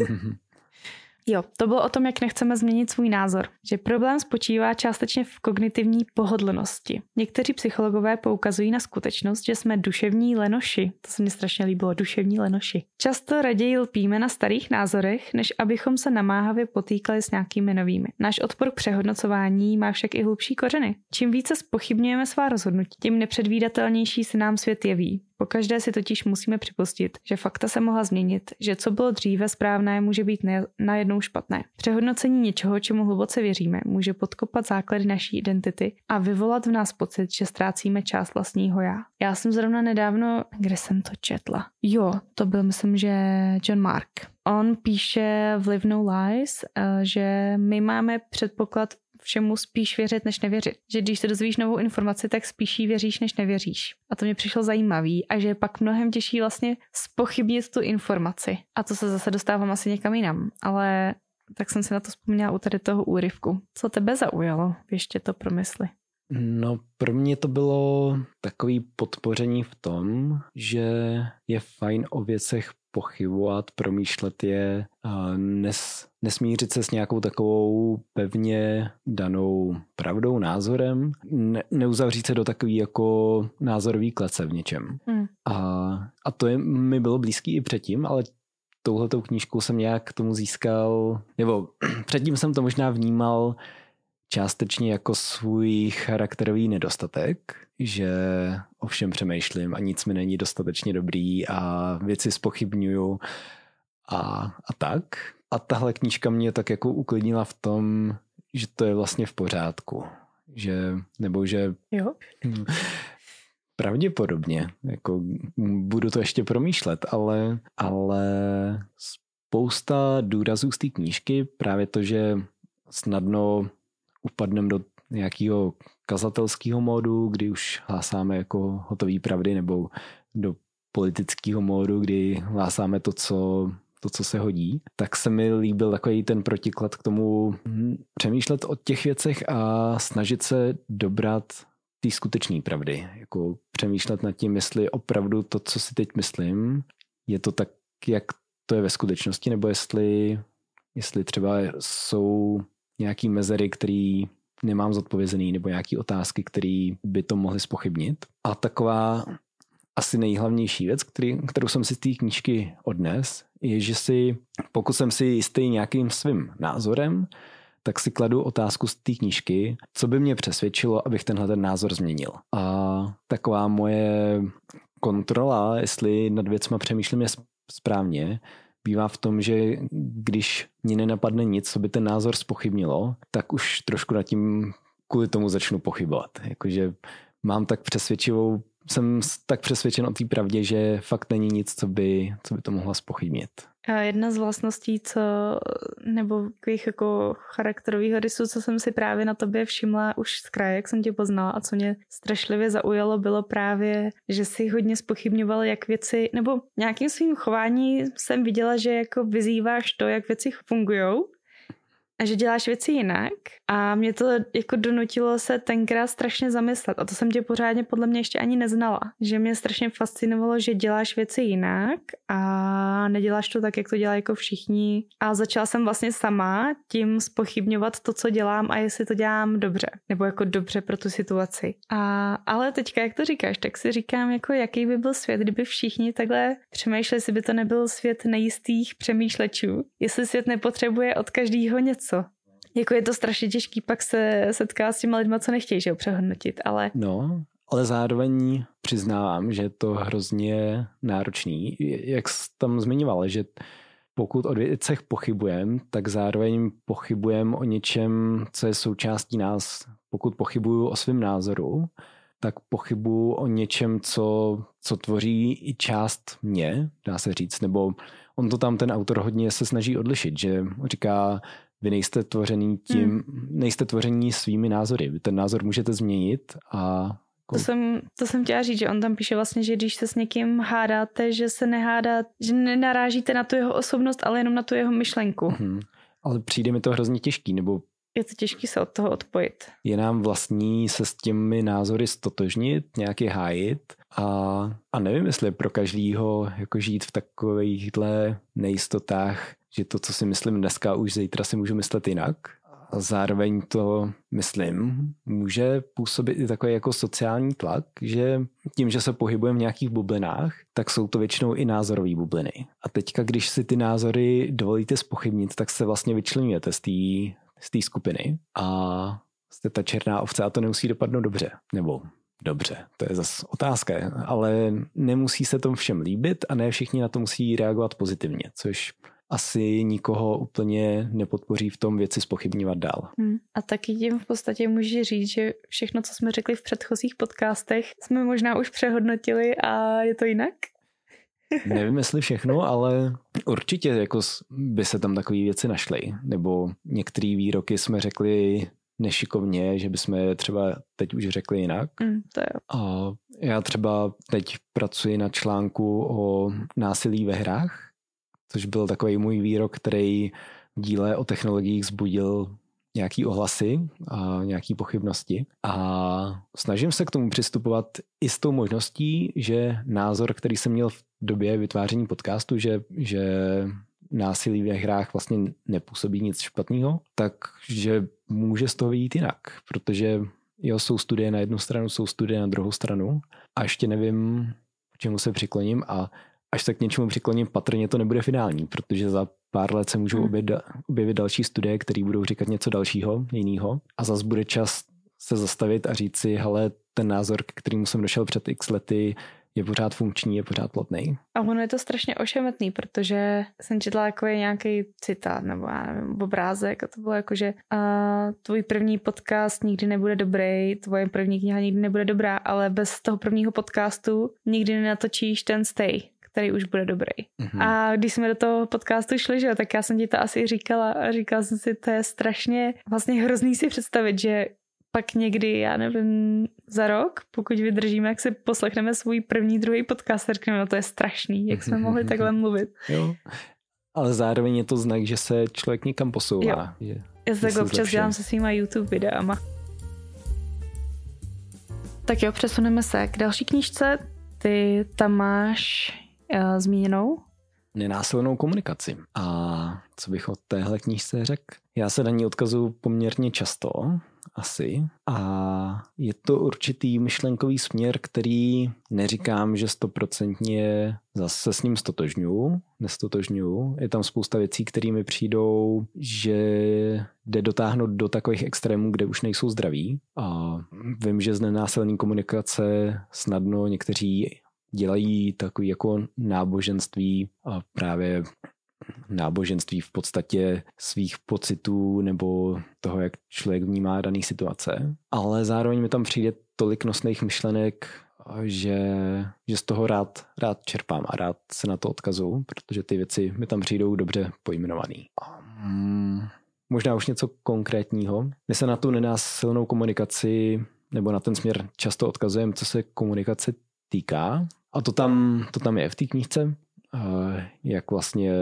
Jo, to bylo o tom, jak nechceme změnit svůj názor. Že problém spočívá částečně v kognitivní pohodlnosti. Někteří psychologové poukazují na skutečnost, že jsme duševní lenoši. To se mi strašně líbilo, duševní lenoši. Často raději lpíme na starých názorech, než abychom se namáhavě potýkali s nějakými novými. Náš odpor k přehodnocování má však i hlubší kořeny. Čím více zpochybňujeme svá rozhodnutí, tím nepředvídatelnější se nám svět jeví. Pokaždé si totiž musíme připustit, že fakta se mohla změnit, že co bylo dříve správné, může být najednou špatné. Přehodnocení něčeho, čemu hluboce věříme, může podkopat základy naší identity a vyvolat v nás pocit, že ztrácíme část vlastního já. Já jsem zrovna nedávno, kde jsem to četla? Jo, to byl, myslím, že John Mark. On píše v Live No Lies, že my máme předpoklad všemu spíš věřit, než nevěřit. Že když se dozvíš novou informaci, tak spíš jí věříš, než nevěříš. A to mě přišlo zajímavý a že je pak mnohem těžší vlastně zpochybnit tu informaci. A to se zase dostávám asi někam jinam. Ale tak jsem si na to vzpomněla u tady toho úryvku. Co tebe zaujalo? Ještě to promysli. No, pro mě to bylo takový podpoření v tom, že je fajn o věcech pochybovat, promýšlet je a nesmířit se s nějakou takovou pevně danou pravdou, názorem, neuzavřít se do takový jako názorový klece v něčem. A to mi bylo blízký i předtím, ale touhletou knížkou jsem nějak tomu získal, nebo předtím jsem to možná vnímal částečně jako svůj charakterový nedostatek, že o všem přemýšlím a nic mi není dostatečně dobrý a věci zpochybňuju a tak. A tahle knížka mě tak jako uklidnila v tom, že to je vlastně v pořádku. Že jo. Pravděpodobně. Jako budu to ještě promýšlet, ale spousta důrazů z té knížky, právě to, že snadno upadneme do nějakého kazatelského módu, kdy už hlásáme jako hotový pravdy, nebo do politického módu, kdy hlásáme to, co se hodí, tak se mi líbil takový ten protiklad k tomu přemýšlet o těch věcech a snažit se dobrat té skutečné pravdy. Jako přemýšlet nad tím, jestli opravdu to, co si teď myslím, je to tak, jak to je ve skutečnosti, nebo jestli třeba jsou nějaký mezery, který nemám zodpovězený, nebo nějaký otázky, které by to mohly zpochybnit. A taková asi nejhlavnější věc, kterou jsem si z té knížky odnes, je, že pokud jsem si jistý nějakým svým názorem, tak si kladu otázku z té knížky, co by mě přesvědčilo, abych tenhle názor změnil. A taková moje kontrola, jestli nad věcma přemýšlím je správně, bývá v tom, že když mě nenapadne nic, co by ten názor zpochybnilo, tak už trošku nad tím kvůli tomu začnu pochybovat. Jakože jsem tak přesvědčen o té pravdě, že fakt není nic, co by to mohla zpochybnit. A jedna z vlastností, nebo takových jako charakterových rysů, co jsem si právě na tobě všimla už z kraje, jak jsem tě poznala a co mě strašlivě zaujalo, bylo právě, že si hodně zpochybňoval, jak věci, nebo nějakým svým chování jsem viděla, že jako vyzýváš to, jak věci fungujou a že děláš věci jinak a mě to jako donutilo se tenkrát strašně zamyslet a to jsem tě pořádně podle mě ještě ani neznala, že mě strašně fascinovalo, že děláš věci jinak a neděláš to tak, jak to dělají jako všichni a začala jsem vlastně sama tím zpochybňovat to, co dělám a jestli to dělám dobře, nebo jako dobře pro tu situaci. Ale teďka, jak to říkáš, tak si říkám, jako jaký by byl svět, kdyby všichni takhle přemýšleli, jestli by to nebyl svět nejistých přemýšlečů, jestli svět nepotřebuje od každého něco. Jako je to strašně těžký pak se setkat s těma lidma, co nechtějí, že ho přehodnotit, ale... No, ale zároveň přiznávám, že je to hrozně náročný. Jak jsi tam zmiňoval, že pokud o věcech pochybujeme, tak zároveň pochybujeme o něčem, co je součástí nás. Pokud pochybuju o svém názoru, tak pochybuju o něčem, co tvoří i část mě, dá se říct, nebo on to tam ten autor hodně se snaží odlišit, že říká, vy nejste tvoření nejste tvoření svými názory. Vy ten názor můžete změnit a To jsem chtěla říct, že on tam píše vlastně, že když se s někým hádáte, že se nehádá, že nenarážíte na tu jeho osobnost, ale jenom na tu jeho myšlenku. Ale přijde mi to hrozně těžký, nebo je to těžké se od toho odpojit. Je nám vlastní se s těmi názory stotožnit, nějak je hájit a nevím, jestli je pro každýho jako žít v takovýchhle nejistotách, že to, co si myslím dneska, už zítra si můžu myslet jinak. A zároveň to, myslím, může působit i takový jako sociální tlak, že tím, že se pohybujeme v nějakých bublinách, tak jsou to většinou i názorové bubliny. A teďka, když si ty názory dovolíte zpochybnit, tak se vlastně vyčleňujete z té skupiny a jste ta černá ovce a to nemusí dopadnout dobře. Nebo dobře, to je zase otázka, ale nemusí se tomu všem líbit a ne všichni na to musí reagovat pozitivně, což asi nikoho úplně nepodpoří v tom věci zpochybňovat dál. A taky tím v podstatě může říct, že všechno, co jsme řekli v předchozích podcastech, jsme možná už přehodnotili a je to jinak? Nevím, jestli všechno, ale určitě jako by se tam takové věci našly. Nebo některé výroky jsme řekli nešikovně, že bychom třeba teď už řekli jinak. To jo. A já třeba teď pracuji na článku o násilí ve hrách, což byl takový můj výrok, který v díle o technologiích vzbudil nějaký ohlasy a nějaký pochybnosti. A snažím se k tomu přistupovat i s tou možností, že názor, který jsem měl v době vytváření podcastu, že násilí ve hrách vlastně nepůsobí nic špatného, takže může z toho vyjít jinak, protože jsou studie na jednu stranu, jsou studie na druhou stranu a ještě nevím, k čemu se přikloním a až se k něčemu přikloním, patrně to nebude finální, protože za pár let se můžou objevit další studie, které budou říkat něco dalšího, jiného a zase bude čas se zastavit a říct si, hele, ten názor, k kterému jsem došel před x lety, je pořád funkční, je pořád platný. A ono je to strašně ošemetný, protože jsem četla jako nějaký citát nebo já nevím, obrázek a to bylo jako, že tvůj první podcast nikdy nebude dobrý, tvoje první kniha nikdy nebude dobrá, ale bez toho prvního podcastu nikdy nenatočíš ten stay, který už bude dobrý. A když jsme do toho podcastu šli, že jo, tak já jsem ti to asi říkala a říkala jsem si, to je strašně vlastně hrozný si představit, že pak někdy, já nevím, za rok, pokud vydržíme, jak si poslechneme svůj první, druhý podcast a řekneme, no to je strašný, jak jsme mohli takhle mluvit. Jo, ale zároveň je to znak, že se člověk někam posouvá. Já se tak občas dělám se svýma YouTube videama. Tak jo, přesuneme se k další knížce. Ty tam máš zmíněnou? Nenásilnou komunikaci. A co bych o téhle knížce řekl? Já se na ní odkazuju poměrně často, asi. A je to určitý myšlenkový směr, který neříkám, že 100% zase s ním nestotožňuju. Je tam spousta věcí, které mi přijdou, že jde dotáhnout do takových extrémů, kde už nejsou zdraví. A vím, že z nenásilné komunikace snadno někteří dělají takový jako náboženství a právě náboženství v podstatě svých pocitů nebo toho, jak člověk vnímá daný situace. Ale zároveň mi tam přijde tolik nosných myšlenek, že z toho rád čerpám a rád se na to odkazuju, protože ty věci mi tam přijdou dobře pojmenovaný. Možná už něco konkrétního. My se na tu nenásilnou komunikaci nebo na ten směr často odkazujeme, co se komunikace týká. A to tam je v té knížce, jak vlastně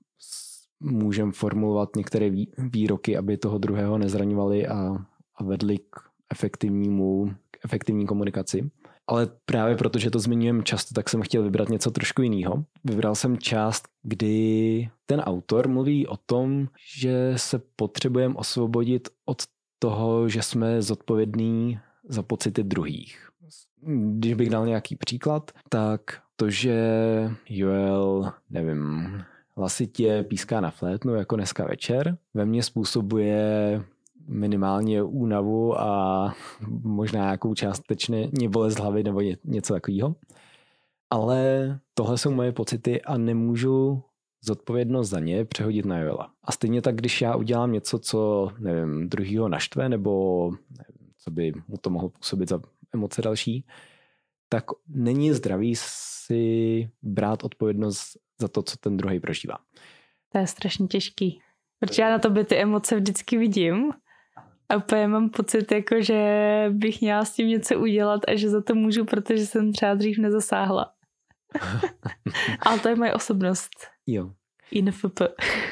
můžeme formulovat některé výroky, aby toho druhého nezraňovali a vedli k efektivní komunikaci. Ale právě protože to zmiňujeme často, tak jsem chtěl vybrat něco trošku jiného. Vybral jsem část, kdy ten autor mluví o tom, že se potřebujeme osvobodit od toho, že jsme zodpovědní za pocity druhých. Když bych dal nějaký příklad, tak to, že Joel, nevím, hlasitě píská na flétnu jako dneska večer, ve mně způsobuje minimálně únavu a možná nějakou částečně bolest hlavy nebo něco takového. Ale tohle jsou moje pocity a nemůžu zodpovědnost za ně přehodit na Joela. A stejně tak, když já udělám něco, co, nevím, druhýho naštve nebo nevím, co by mu to mohlo působit za emoce další, tak není zdravý si brát odpovědnost za to, co ten druhý prožívá. To je strašně těžký. Protože já na tobě ty emoce vždycky vidím A úplně mám pocit, jako, že bych měla s tím něco udělat a že za to můžu, protože jsem třeba dřív nezasáhla. Ale to je moje osobnost. Jo. INFP.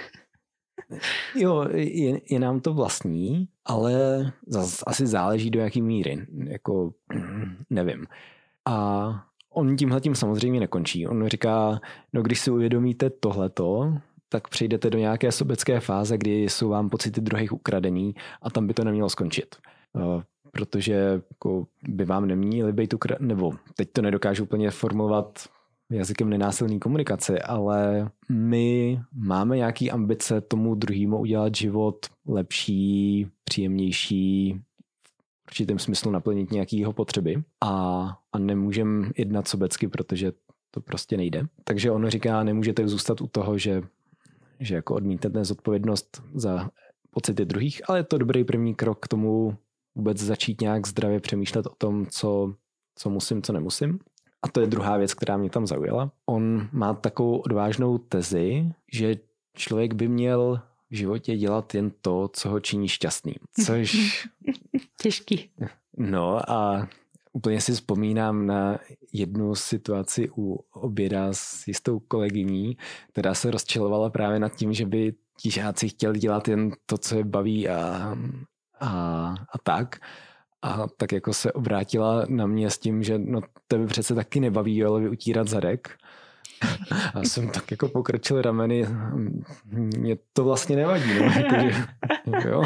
Jo, je nám to vlastní, ale zase asi záleží do jaký míry. Jako, nevím. A on tímhletím samozřejmě nekončí. On říká, no když si uvědomíte tohleto, tak přejdete do nějaké sobecké fáze, kdy jsou vám pocity druhých ukradený a tam by to nemělo skončit. Protože jako by vám neměli být nebo teď to nedokážu úplně formulovat jazykem nenásilné komunikace, ale my máme nějaký ambice tomu druhému udělat život lepší, příjemnější, v určitém smyslu naplnit nějaký jeho potřeby a nemůžeme jednat sobecky, protože to prostě nejde. Takže on říká, nemůžete zůstat u toho, že jako odmítnete zodpovědnost za pocity druhých, ale je to dobrý první krok k tomu vůbec začít nějak zdravě přemýšlet o tom, co musím, co nemusím. A to je druhá věc, která mě tam zaujala. On má takovou odvážnou tezi, že člověk by měl v životě dělat jen to, co ho činí šťastným. Což... Těžký. No a úplně si vzpomínám na jednu situaci u oběda s jistou kolegyní, která se rozčilovala právě nad tím, že by ti žáci chtěli dělat jen to, co je baví a tak. A tak jako se obrátila na mě s tím, že no tebe přece taky nebaví Joelovi utírat zadek. A jsem tak jako pokrčil rameny. Mě to vlastně nevadí. No, jakože, jo.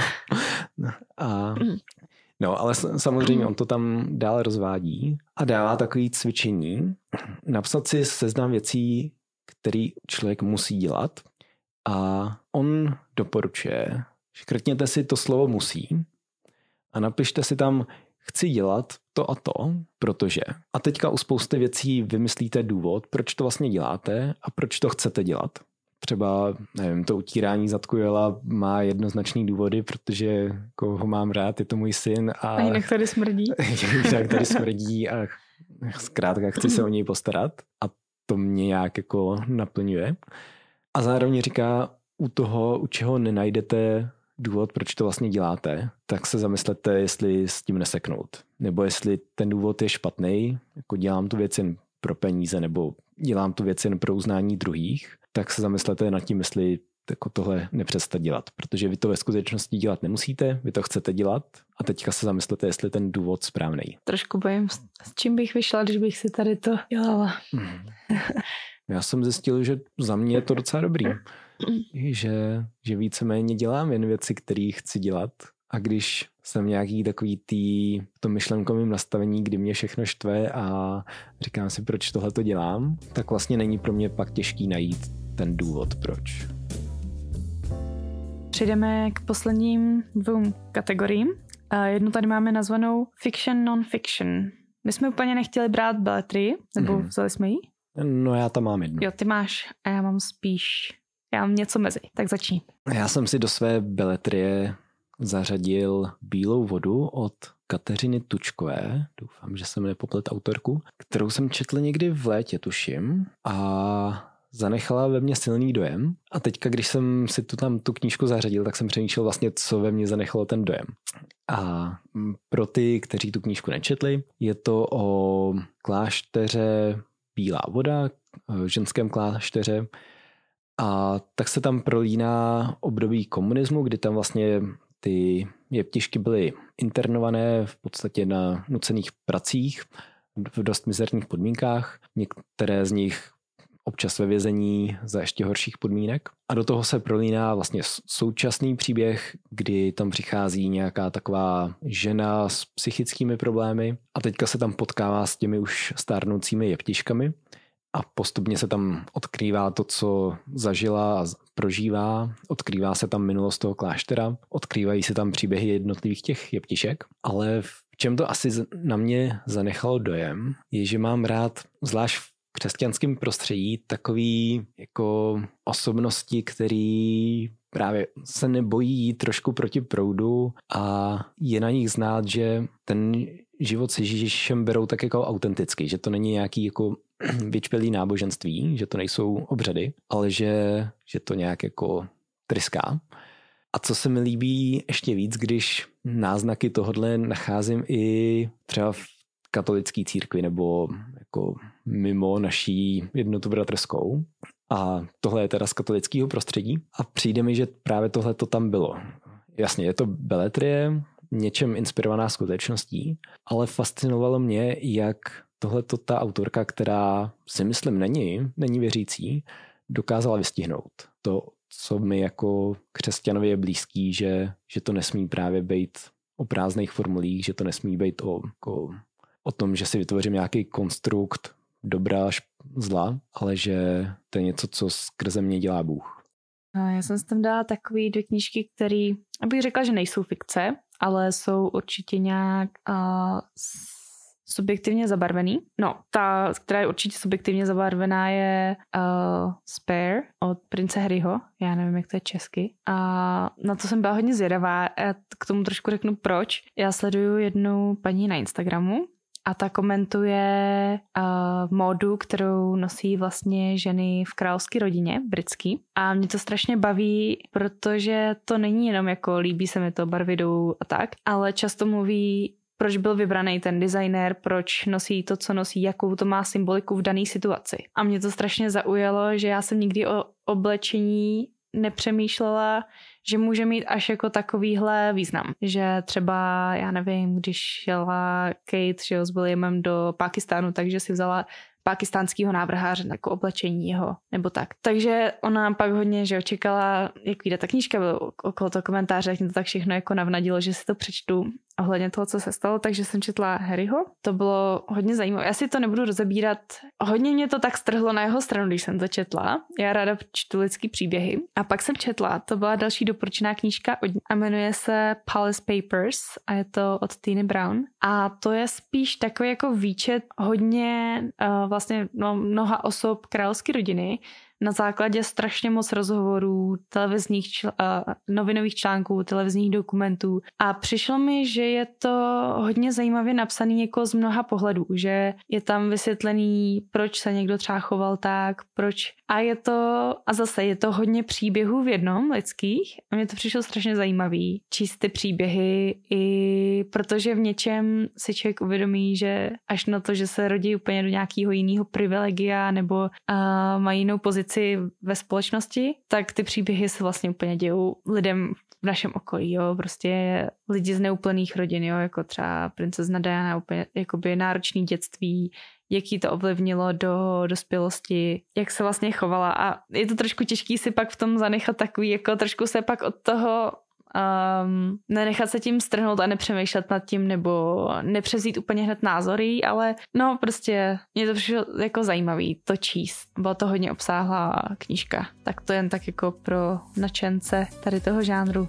No, ale samozřejmě on to tam dál rozvádí a dává takové cvičení. Napsat si seznam věcí, které člověk musí dělat a on doporučuje, škrtněte si to slovo musí a napište si tam chci dělat to a to, protože. A teďka u spousty věcí vymyslíte důvod, proč to vlastně děláte a proč to chcete dělat. Třeba, nevím, to utírání zadku Joela má jednoznačný důvody, protože jako ho mám rád, je to můj syn. A jinak tady smrdí. Jinak tady smrdí a zkrátka chci se o něj postarat a to mě nějak jako naplňuje. A zároveň říká, u čeho nenajdete důvod, proč to vlastně děláte, tak se zamyslete, jestli s tím neseknout. Nebo jestli ten důvod je špatný, jako dělám tu věc jen pro peníze, nebo dělám tu věc jen pro uznání druhých, tak se zamyslete nad tím, jestli jako tohle nepřestat dělat. Protože vy to ve skutečnosti dělat nemusíte, vy to chcete dělat a teďka se zamyslete, jestli ten důvod správný. Trošku bojím, s čím bych vyšla, když bych si tady to dělala. Já jsem zjistil, že za mě je to docela dobrý. Že víceméně dělám jen věci, které chci dělat. A když jsem nějaký takový v tom myšlenkovém nastavení, kdy mě všechno štve a říkám si, proč tohle to dělám, tak vlastně není pro mě pak těžký najít ten důvod, proč. Přejdeme k posledním 2 kategoriím. Jednu tady máme nazvanou fiction, non-fiction. My jsme úplně nechtěli brát beletrii, nebo vzali jsme ji? No já tam mám jednu. Jo, ty máš a já mám něco mezi, tak začni. Já jsem si do své beletrie zařadil Bílou vodu od Kateřiny Tučkové, doufám, že jsem nepoplet autorku, kterou jsem četl někdy v létě, tuším, a zanechala ve mně silný dojem. A teďka, když jsem si tu knížku zařadil, tak jsem přemýšlel vlastně, co ve mně zanechalo ten dojem. A pro ty, kteří tu knížku nečetli, je to o klášteře Bílá voda, ženském klášteře. A tak se tam prolíná období komunismu, kdy tam vlastně ty jeptišky byly internované v podstatě na nucených pracích v dost mizerných podmínkách. Některé z nich občas ve vězení za ještě horších podmínek. A do toho se prolíná vlastně současný příběh, kdy tam přichází nějaká taková žena s psychickými problémy a teďka se tam potkává s těmi už stárnoucími jeptiškami. A postupně se tam odkrývá to, co zažila a prožívá. Odkrývá se tam minulost toho kláštera. Odkrývají se tam příběhy jednotlivých těch jeptišek. Ale v čem to asi na mě zanechalo dojem, je, že mám rád, zvlášť v křesťanském prostředí, takový jako osobnosti, který právě se nebojí jít trošku proti proudu a je na nich znát, že ten život s Ježíšem berou tak jako autenticky, že to není nějaký jako vyčpělý náboženství, že to nejsou obřady, ale že to nějak jako tryská. A co se mi líbí ještě víc, když náznaky tohodle nacházím i třeba v katolické církvi nebo jako mimo naší jednotu bratrskou. A tohle je teda z katolického prostředí. A přijde mi, že právě tohle to tam bylo. Jasně, je to beletrie, něčem inspirovaná skutečností, ale fascinovalo mě, jak tohleto ta autorka, která si myslím není věřící, dokázala vystihnout. To, co mi jako křesťanovi je blízký, že to nesmí právě být o prázdných formulích, že to nesmí být o tom, že si vytvořím nějaký konstrukt dobra až zla, ale že to je něco, co skrze mě dělá Bůh. Já jsem si tam dala takový 2 knížky, které, abych řekla, že nejsou fikce, ale jsou určitě nějak subjektivně zabarvený. No, ta, která je určitě subjektivně zabarvená, je Spare od prince Harryho. Já nevím, jak to je česky. A na to jsem byla hodně zvědavá. Já k tomu trošku řeknu proč. Já sleduju jednu paní na Instagramu a ta komentuje módu, kterou nosí vlastně ženy v královské rodině, britský. A mě to strašně baví, protože to není jenom jako líbí se mi to, barvy jdou a tak, ale často mluví, proč byl vybraný ten designér, proč nosí to, co nosí, jakou to má symboliku v dané situaci. A mě to strašně zaujalo, že já jsem nikdy o oblečení nepřemýšlela, že může mít až jako takovýhle význam. Že třeba, já nevím, když šla Kate, že jo, s Williamem do Pákistánu, takže si vzala pákistánskýho návrháře jako oblečení jeho, nebo tak. Takže ona pak hodně, že očekala, jak vyjde ta knížka, bylo okolo toho komentáře, jak mě to tak všechno jako navnadilo, že si to přečtu ohledně toho, co se stalo, takže jsem četla Harryho. To bylo hodně zajímavé. Já si to nebudu rozebírat. Hodně mě to tak strhlo na jeho stranu, když jsem to četla. Já ráda čtu lidský příběhy. A pak jsem četla, to byla další doporučená knížka a jmenuje se Palace Papers a je to od Tiny Brown. A to je spíš takový jako výčet hodně vlastně mnoha osob královské rodiny na základě strašně moc rozhovorů, televizních novinových článků, televizních dokumentů a přišlo mi, že je to hodně zajímavě napsaný jako z mnoha pohledů, že je tam vysvětlený, proč se někdo třeba choval tak, proč a zase je to hodně příběhů v jednom lidských a mně to přišlo strašně zajímavý číst ty příběhy i protože v něčem si člověk uvědomí, že až na to, že se rodí úplně do nějakého jiného privilegia nebo mají jinou pozici ve společnosti, tak ty příběhy se vlastně úplně dějou lidem v našem okolí, jo, prostě lidi z neúplných rodin, jo, jako třeba princezna Diana, úplně jakoby náročný dětství, jaký to ovlivnilo do dospělosti, jak se vlastně chovala a je to trošku těžký si pak v tom zanechat takový, jako trošku se pak od toho nenechat se tím strhnout a nepřemýšlet nad tím nebo nepřezít úplně hned názory, ale no prostě mě to přišlo jako zajímavý to číst. Byla to hodně obsáhlá knížka. Tak to jen tak jako pro nadšence tady toho žánru.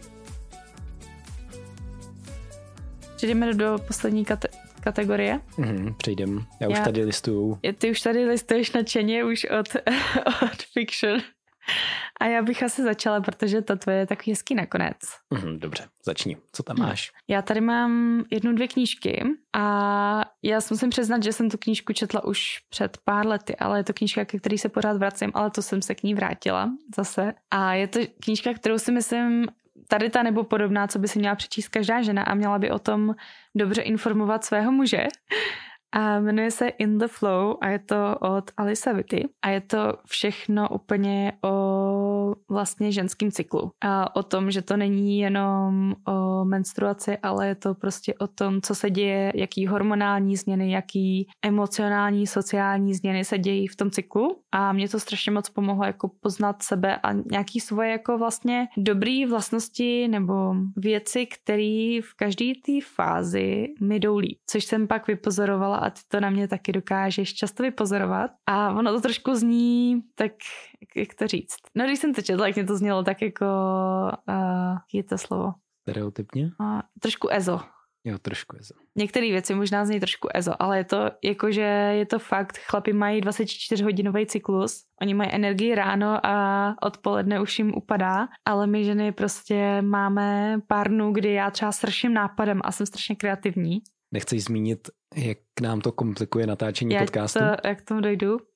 Přejdeme do poslední kategorie. Přejdem. Já už tady listuju. Ty už tady listuješ nadšeně už od fiction. A já bych asi začala, protože to tvoje je takový hezký nakonec. Dobře, začni. Co tam máš? Já tady mám 1-2 knížky a já musím přiznat, že jsem tu knížku četla už před pár lety, ale je to knížka, ke který se pořád vracím, ale to jsem se k ní vrátila zase. A je to knížka, kterou si myslím, tady ta nebo podobná, co by si měla přečíst každá žena a měla by o tom dobře informovat svého muže. A jmenuje se In the Flow a je to od Alisa Vitti a je to všechno úplně o vlastně ženském cyklu. A o tom, že to není jenom o menstruaci, ale je to prostě o tom, co se děje, jaký hormonální změny, jaký emocionální, sociální změny se dějí v tom cyklu. A mě to strašně moc pomohlo jako poznat sebe a nějaký svoje jako vlastně dobrý vlastnosti nebo věci, které v každé té fázi mi jdou líp. Což jsem pak vypozorovala a ty to na mě taky dokážeš často vypozorovat. A ono to trošku zní, tak jak to říct. No když jsem to četla, jak mě to znělo tak jako, je to slovo? Stereotypně? Trošku ezo. Jo, trošku ezo. Některé věci možná zní trošku ezo, ale je to jakože je to fakt, chlapi mají 24-hodinový cyklus, oni mají energii ráno a odpoledne už jim upadá, ale my ženy prostě máme pár dnů, kdy já třeba srším nápadem a jsem strašně kreativní. Nechceš zmínit, jak nám to komplikuje natáčení podcastu? Jak k tomu dojdu.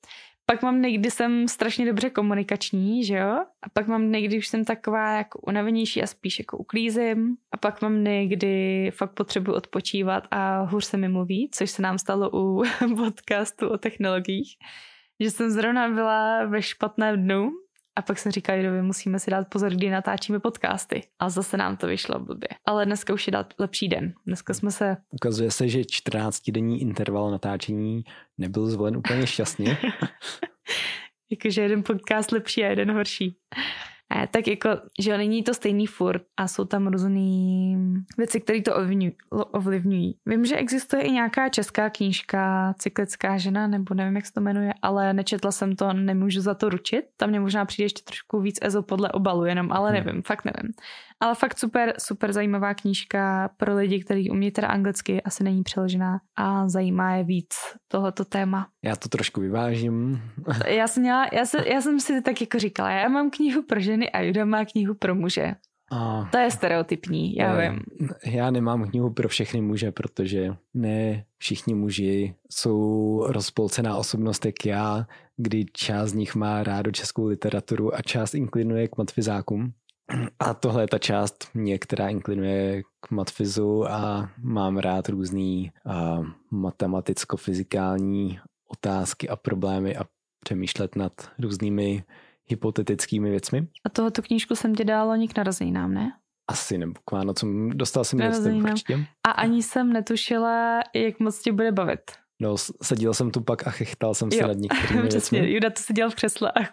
Pak mám dny, kdy jsem strašně dobře komunikační, že jo? A pak mám dny, kdy už jsem taková jako unavenější a spíš jako uklízím. A pak mám dny, kdy fakt potřebuji odpočívat a hůř se mi mluví, což se nám stalo u podcastu o technologiích. Že jsem zrovna byla ve špatném dnu a pak jsem říkala, že musíme si dát pozor, kdy natáčíme podcasty. A zase nám to vyšlo blbě. Ale dneska už je dát lepší den. Dneska jsme se... Ukazuje se, že 14denní interval natáčení nebyl zvolen úplně šťastně. Jakože jeden podcast lepší a jeden horší. Tak jako, že není to stejný furt a jsou tam různý věci, které to ovlivňují. Vím, že existuje i nějaká česká knížka Cyklická žena, nebo nevím, jak se to jmenuje, ale nečetla jsem to, nemůžu za to ručit. Tam mě možná přijde ještě trošku víc ezo podle obalu jenom, ale nevím, fakt nevím. Ale fakt super zajímavá knížka pro lidi, kteří umějí teda anglicky, asi není přeložená a zajímá je víc tohoto téma. Já to trošku vyvážím. Já jsem si tak jako říkala, já mám knihu pro ženy a Juda má knihu pro muže. To je stereotypní, já vím. Já nemám knihu pro všechny muže, protože ne všichni muži jsou rozpolcená osobnost jak já, kdy část z nich má rádo českou literaturu a část inklinuje k matfizákům. A tohle je ta část mě, která inklinuje k matfizu a mám rád různý matematicko-fyzikální otázky a problémy a přemýšlet nad různými hypotetickými věcmi. A tohoto knížku jsem tě dala loni k narozeninám, ne? Asi, nebo k Vánocům. Dostal jsem listek určitě. A ani jsem netušila, jak moc tě bude bavit. No, seděl jsem tu pak a chechtal jsem se nad některými přesně, věcmi. Juda to seděl v křesle a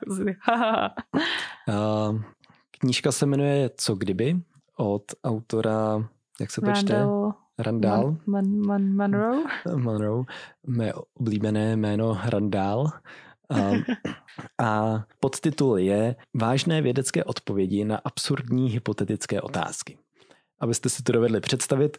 knížka se jmenuje Co kdyby od autora, jak se to čte? Randall. Monroe. Mé oblíbené jméno Randall. A podtitul je Vážné vědecké odpovědi na absurdní hypotetické otázky. Abyste si to dovedli představit,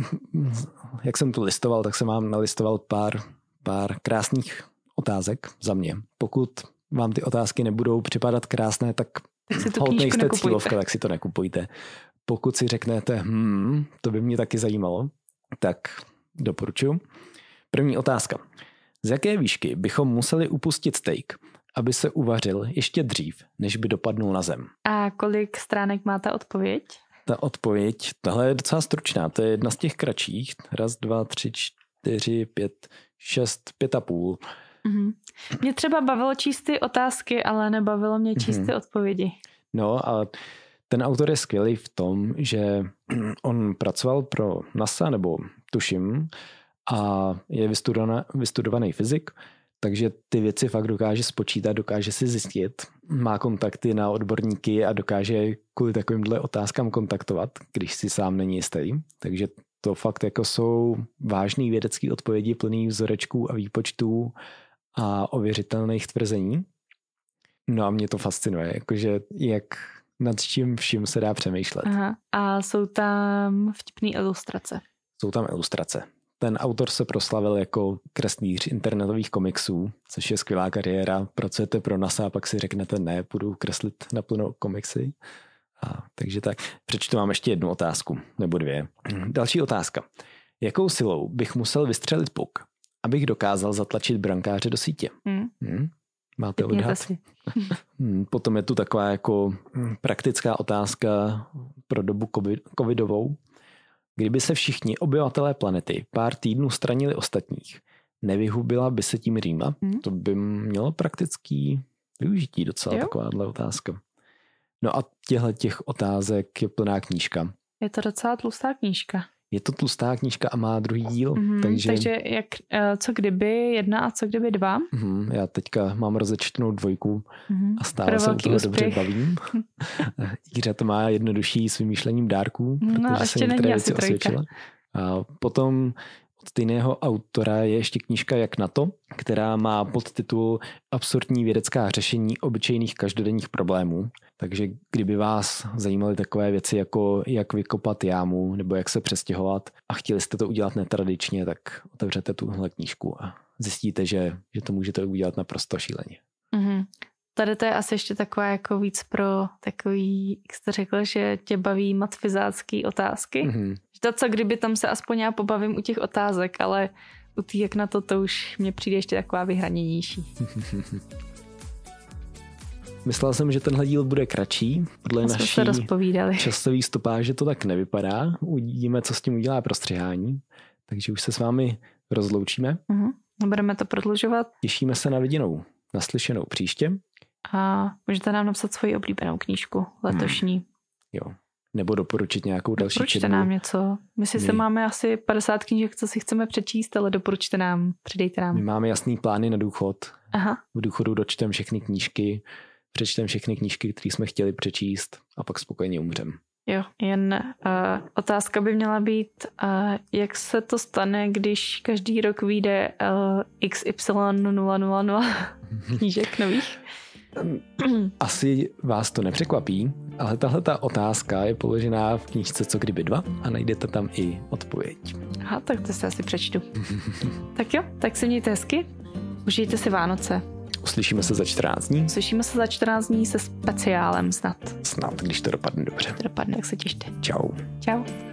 jak jsem to listoval, tak jsem vám nalistoval pár krásných otázek za mě. Pokud vám ty otázky nebudou připadat krásné, tak holt nejste cílovka, tak si to nekupujte. Pokud si řeknete, to by mě taky zajímalo, tak doporučuji. První otázka. Z jaké výšky bychom museli upustit steak, aby se uvařil ještě dřív, než by dopadnul na zem? A kolik stránek má ta odpověď? Ta odpověď, tahle je docela stručná, to je jedna z těch kratších. 1, 2, 3, 4, 5, 6, 5,5. Mě třeba bavilo číst ty otázky, ale nebavilo mě číst ty odpovědi. No, ale ten autor je skvělý v tom, že on pracoval pro NASA, nebo tuším, a je vystudovaný fyzik, takže ty věci fakt dokáže spočítat, dokáže si zjistit, má kontakty na odborníky a dokáže kvůli takovýmhle otázkám kontaktovat, když si sám není jistý. Takže to fakt jako jsou vážný vědecký odpovědi plný vzorečků a výpočtů a ověřitelných tvrzení. No a mě to fascinuje, jakože jak nad čím vším se dá přemýšlet. Aha. A jsou tam vtipné ilustrace. Jsou tam ilustrace. Ten autor se proslavil jako kreslíř internetových komiksů, což je skvělá kariéra. Pracujete pro NASA a pak si řeknete, ne, půjdu kreslit naplno komiksy. Takže tak. Přečtu vám ještě jednu otázku, nebo dvě. Další otázka. Jakou silou bych musel vystřelit puk, abych dokázal zatlačit brankáře do sítě? Máte odhad? Potom je tu taková jako praktická otázka pro dobu covidovou. Kdyby se všichni obyvatelé planety pár týdnů stranili ostatních, nevyhubila by se tím Rýma? To by mělo praktický využití docela, takováhle otázka. No a těch otázek je plná knížka. Je to docela tlustá knížka. Je to tlustá knížka a má druhý díl. Takže jak, co kdyby 1 a co kdyby 2? Já teďka mám rozečtenou 2 a stále se u toho dobře bavím. Jiře to má jednodušší s vymýšlením dárků, protože se některé věci osvědčila. A potom od stejného autora je ještě knížka Jak na to, která má podtitul Absurdní vědecká řešení obyčejných každodenních problémů. Takže kdyby vás zajímaly takové věci jako jak vykopat jámu nebo jak se přestěhovat a chtěli jste to udělat netradičně, tak otevřete tuhle knížku a zjistíte, že to můžete udělat naprosto šíleně. Tady to je asi ještě taková jako víc pro takový, jak jste řekl, že tě baví matfizácký otázky. To co kdyby tam se aspoň já pobavím u těch otázek, ale u té jak na to už mě přijde ještě taková vyhraněnější. Myslel jsem, že tenhle díl bude kratší. Podle naší časové stopáže to tak nevypadá. Uvidíme, co s tím udělá prostřihání. Takže už se s vámi rozloučíme. Budeme to prodlužovat. Těšíme se na viděnou, naslyšenou příště. A můžete nám napsat svoji oblíbenou knížku letošní. Jo. Nebo doporučit nějakou další četbu. Doporučte nám něco. My se máme asi 50 knížek, co si chceme přečíst, ale doporučte nám, přidejte nám. My máme jasný plány na důchod. V důchodu dočtem všechny knížky, přečtem všechny knížky, které jsme chtěli přečíst a pak spokojeně umřem. Jo, jen otázka by měla být, jak se to stane, když každý rok vyjde XY000 knížek nových? Asi vás to nepřekvapí, ale tahleta otázka je položená v knížce Co kdyby 2 a najdete tam i odpověď. Aha, tak to se asi přečtu. Tak jo, tak se mějte hezky, užijte si Vánoce. Uslyšíme se za 14 dní. Uslyšíme se za 14 dní se speciálem snad. Snad, když to dopadne dobře. Dopadne, jak se těšte. Čau. Čau.